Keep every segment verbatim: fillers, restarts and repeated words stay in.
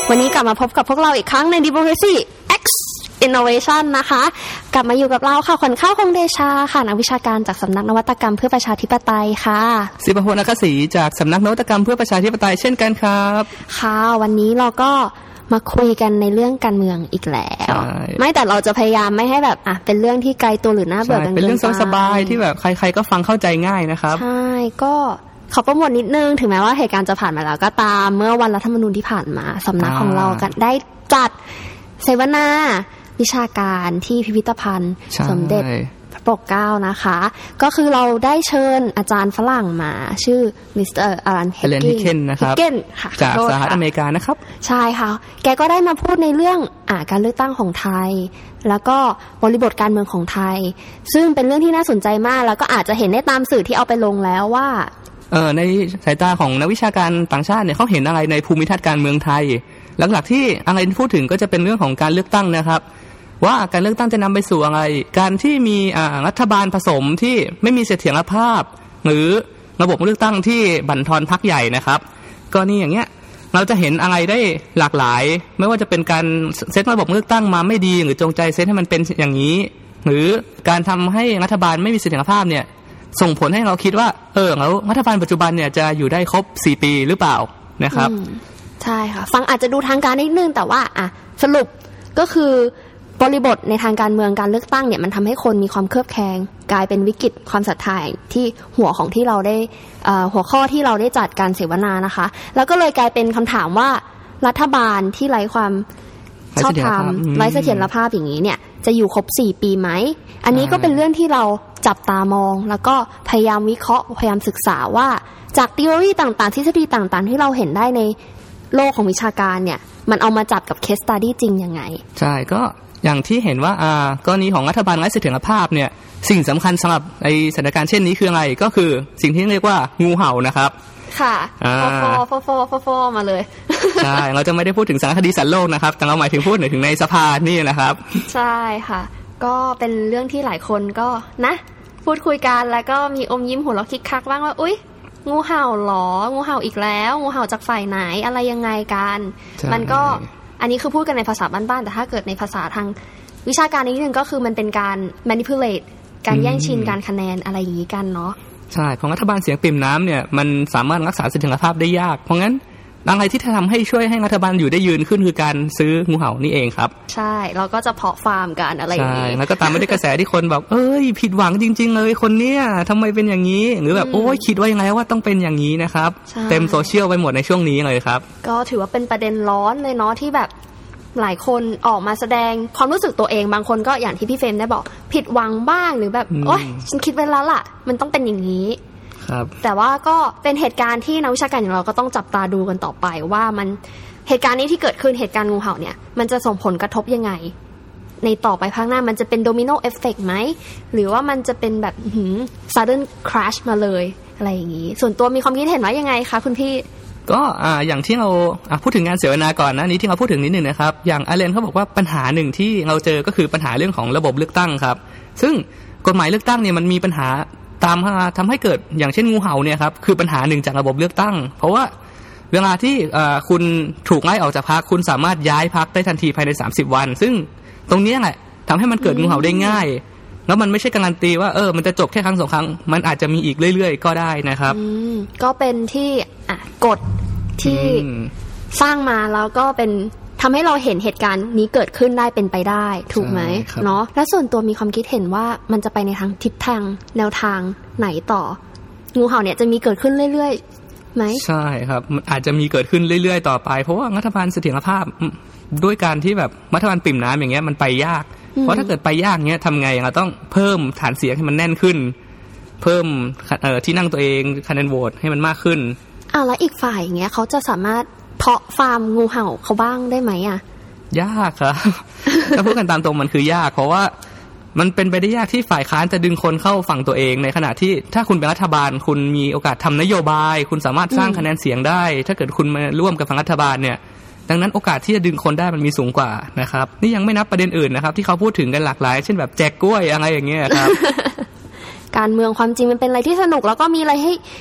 วันนี้กลับมาพบกับพวกเราอีกครั้งใน Democracy X Innovation นะคะกลับมาอยู่กับเราค่ะขวัญข้าวคงเดชาค่ะนักวิชาการจากสำนักนวัตกรรมเพื่อประชาธิปไตยค่ะศิปพลอัคศรีจากสำนักนวัตกรรมเพื่อประชาธิปไตยเช่นกันครับค่ะวันนี้เราก็มาคุยกันในเรื่องการเมืองอีกแล้วไม่แต่เราจะพยายามไม่ให้แบบอ่ะเป็นเรื่องที่ไกลตัวหรือน่าเบื่อกันเกินไปเป็นเรื่องสบายๆที่แบบใครๆก็ฟังเข้าใจง่ายนะครับใช่ก็ขอโปรโมทนิดนึงถึงแม้ว่าเหตุการณ์จะผ่านมาแล้วก็ตามเมื่อวันรัฐธรรมนูญที่ผ่านมาสำนักของเรากันได้จัดเสวนาวิชาการที่พิพิธภัณฑ์สมเด็จพระปกเกล้านะคะก็คือเราได้เชิญอาจารย์ฝรั่งมาชื่อมิสเตอร์อารันเฮกเกนนะครับจากสหรัฐอเมริกานะครับใช่ค่ะแกก็ได้มาพูดในเรื่องอ่าการเลือกตั้งของไทยแล้วก็บริบทการเมืองของไทยซึ่งเป็นเรื่องที่น่าสนใจมากแล้วก็อาจจะเห็นได้ตามสื่อที่เอาไปลงแล้วว่าเออในสายตาของนักวิชาการต่างชาติเนี่ยเขาเห็นอะไรในภูมิทัศน์การเมืองไทยหลักๆที่อะไรที่พูดถึงก็จะเป็นเรื่องของการเลือกตั้งนะครับว่าการเลือกตั้งจะนำไปสู่อะไรการที่มีอ่ารัฐบาลผสมที่ไม่มีเสถียรภาพหรือระบบเลือกตั้งที่บั่นทอนพรรคใหญ่นะครับก็นี่อย่างเงี้ยเราจะเห็นอะไรได้หลากหลายไม่ว่าจะเป็นการเซตระบบเลือกตั้งมาไม่ดีหรือจงใจเซตให้มันเป็นอย่างนี้หรือการทำให้รัฐบาลไม่มีเสถียรภาพเนี่ยส่งผลให้เราคิดว่าเออแล้วรัฐบาลปัจจุบันเนี่ยจะอยู่ได้ครบสี่ปีหรือเปล่านะครับใช่ค่ะฟังอาจจะดูทางการนิดนึงแต่ว่าอ่ะสรุปก็คือบริบทในทางการเมืองการเลือกตั้งเนี่ยมันทำให้คนมีความเครือบแคลงกลายเป็นวิกฤตความศรัทธาที่หัวของที่เราได้หัวข้อที่เราได้จัดการเสวนานะคะแล้วก็เลยกลายเป็นคำถามว่ารัฐบาลที่ไร้ความชอบธรรมไร้เสถียรภาพอย่างนี้เนี่ยจะอยู่ครบสี่ปีไหมอันนี้ก็เป็นเรื่องที่เราจับตามองแล้วก็พยายามวิเคราะห์พยายามศึกษาว่าจากทฤษฎีต่างๆทฤษฎีต่างๆที่เราเห็นได้ในโลกของวิชาการเนี่ยมันเอามาจับกับเคสสตัดดี้จริงยังไงใช่ก็อย่างที่เห็นว่าอ่ากรณีของรัฐบาลไร้เสถียรภาพเนี่ยสิ่งสำคัญสำหรับไอ้สถานการณ์เช่นนี้คืออะไรก็คือสิ่งที่เรียกว่างูเห่านะครับค่ะฟอฟอฟอฟอฟอมาเลยใช่เราจะไม่ได้พูดถึงสารคดีสัตว์โลกนะครับแต่เราหมายถึงพูดถึงในสภานี่นะครับใช่ค่ะก็เป็นเรื่องที่หลายคนก็นะพูดคุยกันแล้วก็มีอมยิ้มหัวเราะคิกคักบ้างว่าอุ๊ยงูเห่าหรองูเห่าอีกแล้วงูเห่าจากฝ่ายไหนอะไรยังไงกันมันก็อันนี้คือพูดกันในภาษาบ้านๆแต่ถ้าเกิดในภาษาทางวิชาการนิดนึงก็คือมันเป็นการ manipulate การแย่งชิงการคะแนนอะไรอย่างนี้กันเนาะใช่ของรัฐบาลเสียงปริ่มน้ำเนี่ยมันสามารถรักษาเสถียรภาพได้ยากเพราะงั้นอะไรที่ทำให้ช่วยให้รัฐบาลอยู่ได้ยืนขึ้นคือการซื้องูเห่านี่เองครับใช่เราก็จะเพาะฟาร์มกันอะไรอย่างนี้ใช่แล้วก็ตามไปด้วยกระแสที่คนบอกเอ้ยผิดหวังจริงๆเลยคนเนี้ยทำไมเป็นอย่างนี้หรือแบบโอ้ยคิดว่ายังไงว่าต้องเป็นอย่างนี้นะครับเต็มโซเชียลไปหมดในช่วงนี้เลยครับก็ถือว่าเป็นประเด็นร้อนเลยเนาะที่แบบหลายคนออกมาแสดงความรู้สึกตัวเองบางคนก็อย่างที่พี่เฟรมได้บอกผิดหวังบ้างหรือแบบโอ๊ยฉันคิดไว้แล้วล่ะมันต้องเป็นอย่างนี้ครับแต่ว่าก็เป็นเหตุการณ์ที่นักวิชาการอย่างเราก็ต้องจับตาดูกันต่อไปว่ามันเหตุการณ์นี้ที่เกิดขึ้นเหตุการณ์งูเห่าเนี่ยมันจะส่งผลกระทบยังไงในต่อไปข้างหน้ามันจะเป็นโดมิโนเอฟเฟกต์ไหมหรือว่ามันจะเป็นแบบหืม sudden crash มาเลยอะไรอย่างนี้ส่วนตัวมีความคิดเห็นว่ายังไงคะคุณพี่ก็อ่าอย่างที่เราอ่ะพูดถึงงานเสวนาก่อนนะนี้ที่เราพูดถึงนิดนึงนะครับอย่างอาเลนเขาบอกว่าปัญหาหนึ่งที่เราเจอก็คือปัญหาเรื่องของระบบเลือกตั้งครับซึ่งกฎหมายเลือกตั้งเนี่ยมันมีปัญหาตามทำให้เกิดอย่างเช่นงูเห่าเนี่ยครับคือปัญหาหนึ่งจากระบบเลือกตั้งเพราะว่าเวลาที่อ่าคุณถูกไล่ออกจากพรรคคุณสามารถย้ายพรรคได้ทันทีภายในสามสิบวันซึ่งตรงนี้แหละทำให้มันเกิดงูเห่าได้ง่ายแล้วมันไม่ใช่การันตีว่าเออมันจะจบแค่ครั้งสองครั้งมันอาจจะมีอีกเรื่อยๆก็ได้นะครับก็เป็นที่อ่ะกฎที่สร้างมาแล้วก็เป็นทำให้เราเห็นเหตุการณ์นี้เกิดขึ้นได้เป็นไปได้ถูกไหมเนาะแล้วส่วนตัวมีความคิดเห็นว่ามันจะไปในทางทิศทางแนวทางไหนต่องูเห่าเนี่ยจะมีเกิดขึ้นเรื่อยๆไหมใช่ครับมันอาจจะมีเกิดขึ้นเรื่อยๆต่อไปเพราะว่ารัฐบาลเสถียรภาพด้วยการที่แบบรัฐบาลปิ่มน้ำอย่างเงี้ยมันไปยากเพราะถ้าเกิดไปยากเงี้ยทำไงเราต้องเพิ่มฐานเสียงให้มันแน่นขึ้นเพิ่มเอ่อที่นั่งตัวเองคะแนนโหวตให้มันมากขึ้นอ่ะแล้วอีกฝ่ายอย่างเงี้ยเขาจะสามารถเพาะฟาร์มงูเห่าเขาบ้างได้ไหมอ่ะยากครับ ถ้าพูดกันตามตรงมันคือยากเพราะว่ามันเป็นไปได้ยากที่ฝ่ายค้านจะดึงคนเข้าฝั่งตัวเองในขณะที่ถ้าคุณเป็นรัฐบาลคุณมีโอกาสทำนโยบายคุณสามารถสร้างคะแนนเสียงได้ถ้าเกิดคุณมาร่วมกับฝั่งรัฐบาลเนี่ยดังนั้นโอกาสที่จะดึงคนได้มันมีสูงกว่านะครับนี่ยังไม่นับประเด็นอื่นนะครับที่เขาพูดถึงกันหลากหลายเช่นแบบแจกกล้วยอะไรอย่างเงี้ยครับการเมืองความจริงมันเป็นอะไรที่สนุกแล้วก็มีอะไรให้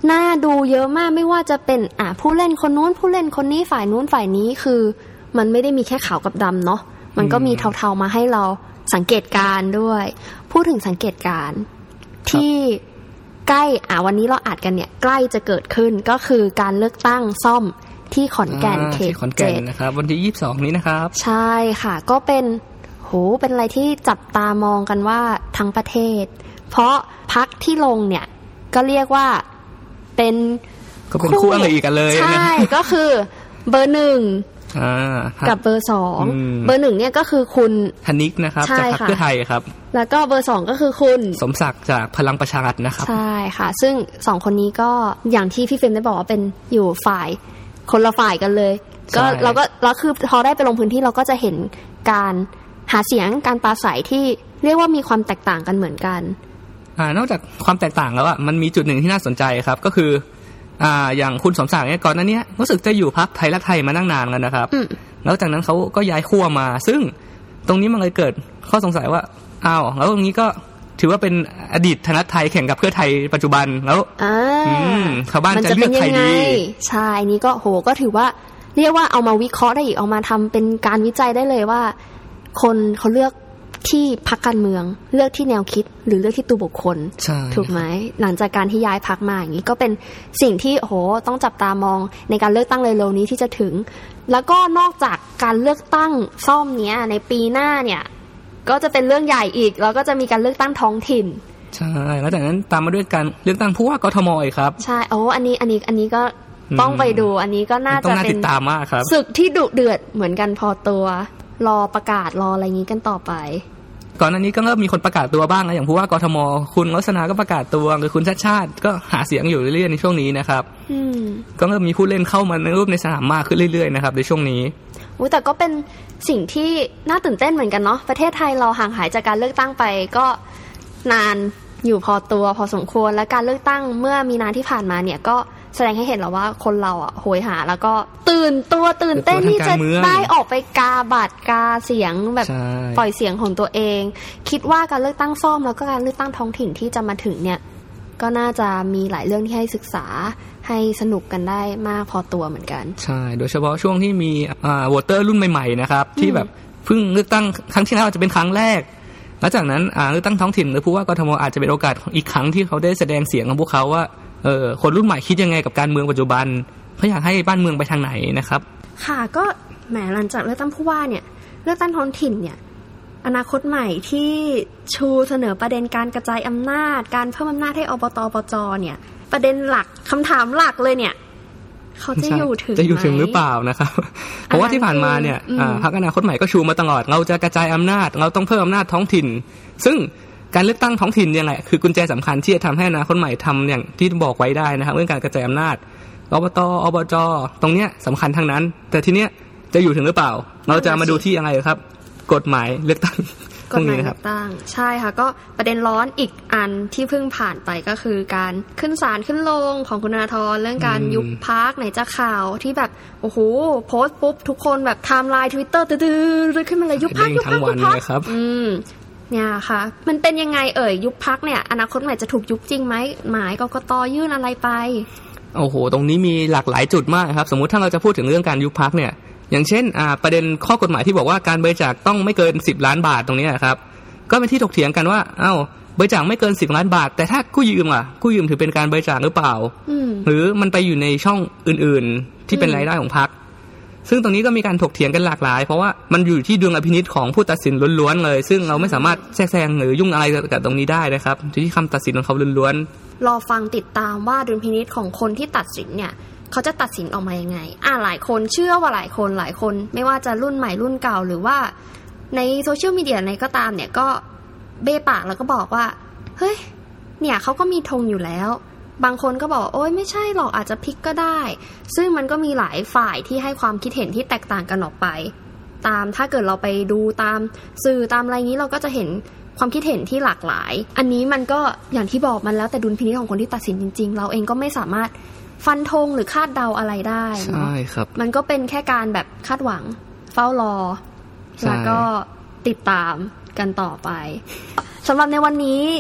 น่าดูเยอะมากไม่ว่าจะเป็นอ่ะผู้เล่นคนนู้นผู้เล่นคนนี้ฝ่ายนู้นฝ่ายนี้คือมันไม่ได้มีแค่ขาวกับดำเนาะมันก็มีเทาๆมาให้เราสังเกตการด้วยพูดถึงสังเกตการที่ใกล้อ่ะวันนี้เราอัดกันเนี่ยใกล้จะเกิดขึ้นก็คือการเลือกตั้งซ่อมที่ขอนแก่นเขตเจ็ดนะครับวันที่ยี่สิบสองนี้นะครับใช่ค่ะก็เป็นโหเป็นอะไรที่จับตามองกันว่าทั้งประเทศเพราะพรรคที่ลงเนี่ยก็เรียกว่าเป็นก็เป็นคู่อะไรอีกกันเลยใช่ก็คือเบอร์หนึ่งกับเบอร์สองเบอร์หนึ่งเนี่ยก็คือคุณธนิกนะครับจากพรรคเพื่อไทยครับแล้วก็เบอร์สองก็คือคุณสมศักดิ์จากพลังประชารัฐนะครับใช่ค่ะซึ่งสองคนนี้ก็อย่างที่พี่เฟรมได้บอกว่าเป็นอยู่ฝ่ายคนละฝ่ายกันเลยก็เราก็เราคือพอได้ไปลงพื้นที่เราก็จะเห็นการหาเสียงการปราศัยที่เรียกว่ามีความแตกต่างกันเหมือนกันอ่านอกจากความแตกต่างแล้วอ่ะมันมีจุดหนึ่งที่น่าสนใจครับก็คืออ่าอย่างคุณสมศักดิ์เนี่ยก่อนหน้านี้รู้สึกจะอยู่พรรคไทยรักไทยมานั่งนานกันนะครับแล้วจากนั้นเขาก็ย้ายขั้วมาซึ่งตรงนี้มันเลยเกิดข้อสงสัยว่าอ้าวแล้วตรงนี้ก็ถือว่าเป็นอดีตธนไทยแข่งกับเพื่อไทยปัจจุบันแล้วชาวบ้านจะเลือกใครดีใช่นี้ก็โหก็ถือว่าเรียกว่าเอามาวิเคราะห์ได้อีกเอามาทำเป็นการวิจัยได้เลยว่าคนเขาเลือกที่พรรคการเมืองเลือกที่แนวคิดหรือเลือกที่ตัวบุคคลถูกไหมหลังจากการที่ย้ายพรรคมาอย่างนี้ก็เป็นสิ่งที่โหต้องจับตามองในการเลือกตั้งเร็วๆนี้ที่จะถึงแล้วก็นอกจากการเลือกตั้งซ่อมเนี้ยในปีหน้าเนี่ยก็จะเป็นเรื่องใหญ่อีกแล้วก็จะมีการเลือกตั้งท้องถิ่นใช่แล้วจากนั้นตามมาด้วยการเลือกตั้งผู้ว่ากทมอีกครับใช่โอ้อันนี้อันนี้อันนี้ก็ต้องไปดูอันนี้ก็น่าจะเป็นตามมากครับศึกที่ดุเดือดเหมือนกันพอตัวรอประกาศรออะไรงี้กันต่อไปก่อนหน้านี้ก็เริ่มมีคนประกาศตัวบ้างนะอย่างผู้ว่ากทมคุณลักษณะก็ประกาศตัวหรือคุณชาติชาติก็หาเสียงอยู่เรื่อยๆในช่วงนี้นะครับก็เริ่มมีผู้เล่นเข้ามาในรูปในสนามมากขึ้นเรื่อยๆนะครับในช่วงนี้โอ้แต่ก็เป็นสิ่งที่น่าตื่นเต้นเหมือนกันเนาะประเทศไทยเราห่างหายจากการเลือกตั้งไปก็นานอยู่พอตัวพอสมควรและการเลือกตั้งเมื่อมีนาที่ผ่านมาเนี่ยก็แสดงให้เห็นแล้วว่าคนเราอ่ะโหยหาแล้วก็ตื่นตัวตื่นเต้นที่จะได้ออกไปกาบัตรกาเสียงแบบปล่อยเสียงของตัวเองคิดว่าการเลือกตั้งซ่อมแล้วก็การเลือกตั้งท้องถิ่นที่จะมาถึงเนี่ยก็น่าจะมีหลายเรื่องที่ให้ศึกษาให้สนุกกันได้มากพอตัวเหมือนกันใช่โดยเฉพาะช่วงที่มีอ่าโหวตเตอร์รุ่นใหม่ๆนะครับที่แบบเพิ่งเลือกตั้งครั้งที่แล้วจะเป็นครั้งแรกแล้วจากนั้นอ่าเลือกตั้งท้องถิ่นหรือผู้ว่ากทมอาจจะเป็นโอกาสอีกครั้งที่เขาได้แสดงเสียงของพวกเขาว่าเออคนรุ่นใหม่คิดยังไงกับการเมืองปัจจุบันเขาอยากให้บ้านเมืองไปทางไหนนะครับค่ะก็แหมหลังจากเลือกตั้งผู้ว่าเนี่ยเลือกตั้งท้องถิ่นเนี่ยอนาคตใหม่ที่ชูเสนอประเด็นการกระจายอำนาจการเพิ่มอำนาจให้อบต.ปจ.เนี่ยประเด็นหลักคำถามหลักเลยเนี่ยเขาจะอยู่ถึงจะอยู่ถึงหรือเปล่านะครับเพราะว่าที่ผ่านมาเนี่ยพรรคอนาคตใหม่ก็ชูมาตลอดเราจะกระจายอำนาจเราต้องเพิ่มอำนาจท้องถิ่นซึ่งการเลือกตั้งท้องถิ่นเนี่ยแหละคือกุญแจสำคัญที่จะทำให้อนาคตใหม่ทำอย่างที่บอกไว้ได้นะครับเรื่องการกระจายอำนาจอบต.อบจ.ตรงเนี้ยสำคัญทั้งนั้นแต่ทีเนี้ยจะอยู่ถึงหรือเปล่าเราจะมาดูที่อะไรครับกฎหมายเลือกตั้งกฎหมายเลือกตั้งใช่ค่ะก็ประเด็นร้อนอีกอันที่เพิ่งผ่านไปก็คือการขึ้นศาลขึ้นลงของคุณธนาธรเรื่องการยุบพรรคไหนจะข่าวที่แบบโอ้โหโพสต์ปุ๊บทุกคนแบบไทม์ไลน์ Twitter ตื้อๆขึ้นมาเลยยุบพรรคยุบพรรคยุบพรรคอืมเนี่ยค่ะมันเป็นยังไงเอ่ยยุบพรรคเนี่ยอนาคตใหม่จะถูกยุบจริงไหมหมายกกต.ยื่นอะไรไปโอ้โหตรงนี้มีหลากหลายจุดมากครับสมมุติถ้าเราจะพูดถึงเรื่องการยุบพรรคเนี่ยอย่างเช่นอ่าประเด็นข้อกฎหมายที่บอกว่าการบริจาคต้องไม่เกินสิบล้านบาทตรงนี้นะครับก็เป็นที่ถกเถียงกันว่าเอ้าบริจาคไม่เกินสิบล้านบาทแต่ถ้ากู้ยืมอ่ะกู้ยืมถือเป็นการบริจาคหรือเปล่าหรือมันไปอยู่ในช่องอื่นๆที่เป็นรายได้ของพรรคซึ่งตรงนี้ก็มีการถกเถียงกันหลากหลายเพราะว่ามันอยู่ที่ดุลพินิจของผู้ตัดสินล้วนๆเลยซึ่งเราไม่สามารถแทรกแซงหรือยุ่งอะไรกับตรงนี้ได้นะครับอยู่ที่คำตัดสินของเขาล้วนๆรอฟังติดตามว่าดุลพินิจของคนที่ตัดสินเนี่ยเขาจะตัดสินออกมายังไงอ่าหลายคนเชื่อว่าหลายคนหลายคนไม่ว่าจะรุ่นใหม่รุ่นเก่าหรือว่าในโซเชียลมีเดียไหนก็ตามเนี่ยก็เบ้ปากแล้วก็บอกว่าเฮ้ยเนี่ยเขาก็มีธงอยู่แล้วบางคนก็บอกโอ๊ยไม่ใช่หรอกอาจจะพลิกก็ได้ซึ่งมันก็มีหลายฝ่ายที่ให้ความคิดเห็นที่แตกต่างกันออกไปตามถ้าเกิดเราไปดูตามสื่อตามอะไรนี้เราก็จะเห็นความคิดเห็นที่หลากหลายอันนี้มันก็อย่างที่บอกมันแล้วแต่ดุลพินิจของคนที่ตัดสินจริงๆเราเองก็ไม่สามารถฟันธงหรือคาดเดาอะไรได้ใช่ครับมันก็เป็นแค่การแบบคาดหวังเฝ้ารอแล้วก็ติดตามกันต่อไปสำหรับในวันนี้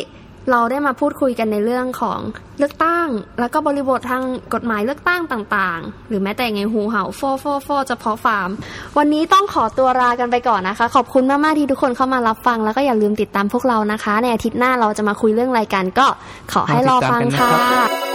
เราได้มาพูดคุยกันในเรื่องของเลือกตั้งแล้วก็บริบททางกฎหมายเลือกตั้งต่างๆหรือแม้แต่ไงหูเห่าฟอฟอฟอเฉพาะฟาร์มวันนี้ต้องขอตัวลากันไปก่อนนะคะขอบคุณมากๆที่ทุกคนเข้ามารับฟังแล้วก็อย่าลืมติดตามพวกเรานะคะในอาทิตย์หน้าเราจะมาคุยเรื่องอะไรกันก็ขอให้รอฟังค่ะ